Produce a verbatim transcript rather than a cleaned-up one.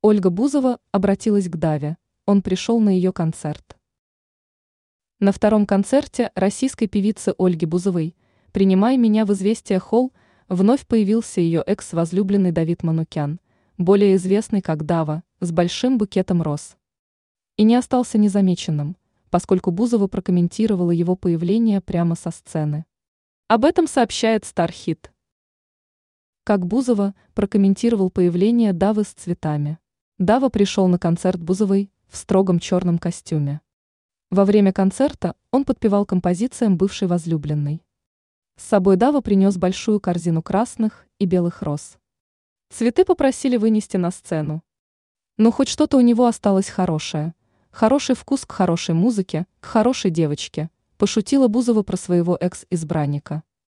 Ольга Бузова обратилась к Даве, он пришел на ее концерт. На втором концерте российской певицы Ольги Бузовой «Принимай меня в известия холл» вновь появился ее экс-возлюбленный Давид Манукян, более известный как Дава, с большим букетом роз. И не остался незамеченным, поскольку Бузова прокомментировала его появление прямо со сцены. Об этом сообщает Стархит. Как Бузова прокомментировал появление Давы с цветами. Дава пришел на концерт Бузовой в строгом черном костюме. Во время концерта он подпевал композициям бывшей возлюбленной. С собой Дава принес большую корзину красных и белых роз. Цветы попросили вынести на сцену. Но хоть что-то у него осталось хорошее. Хороший вкус к хорошей музыке, к хорошей девочке, пошутила Бузова про своего экс-избранника.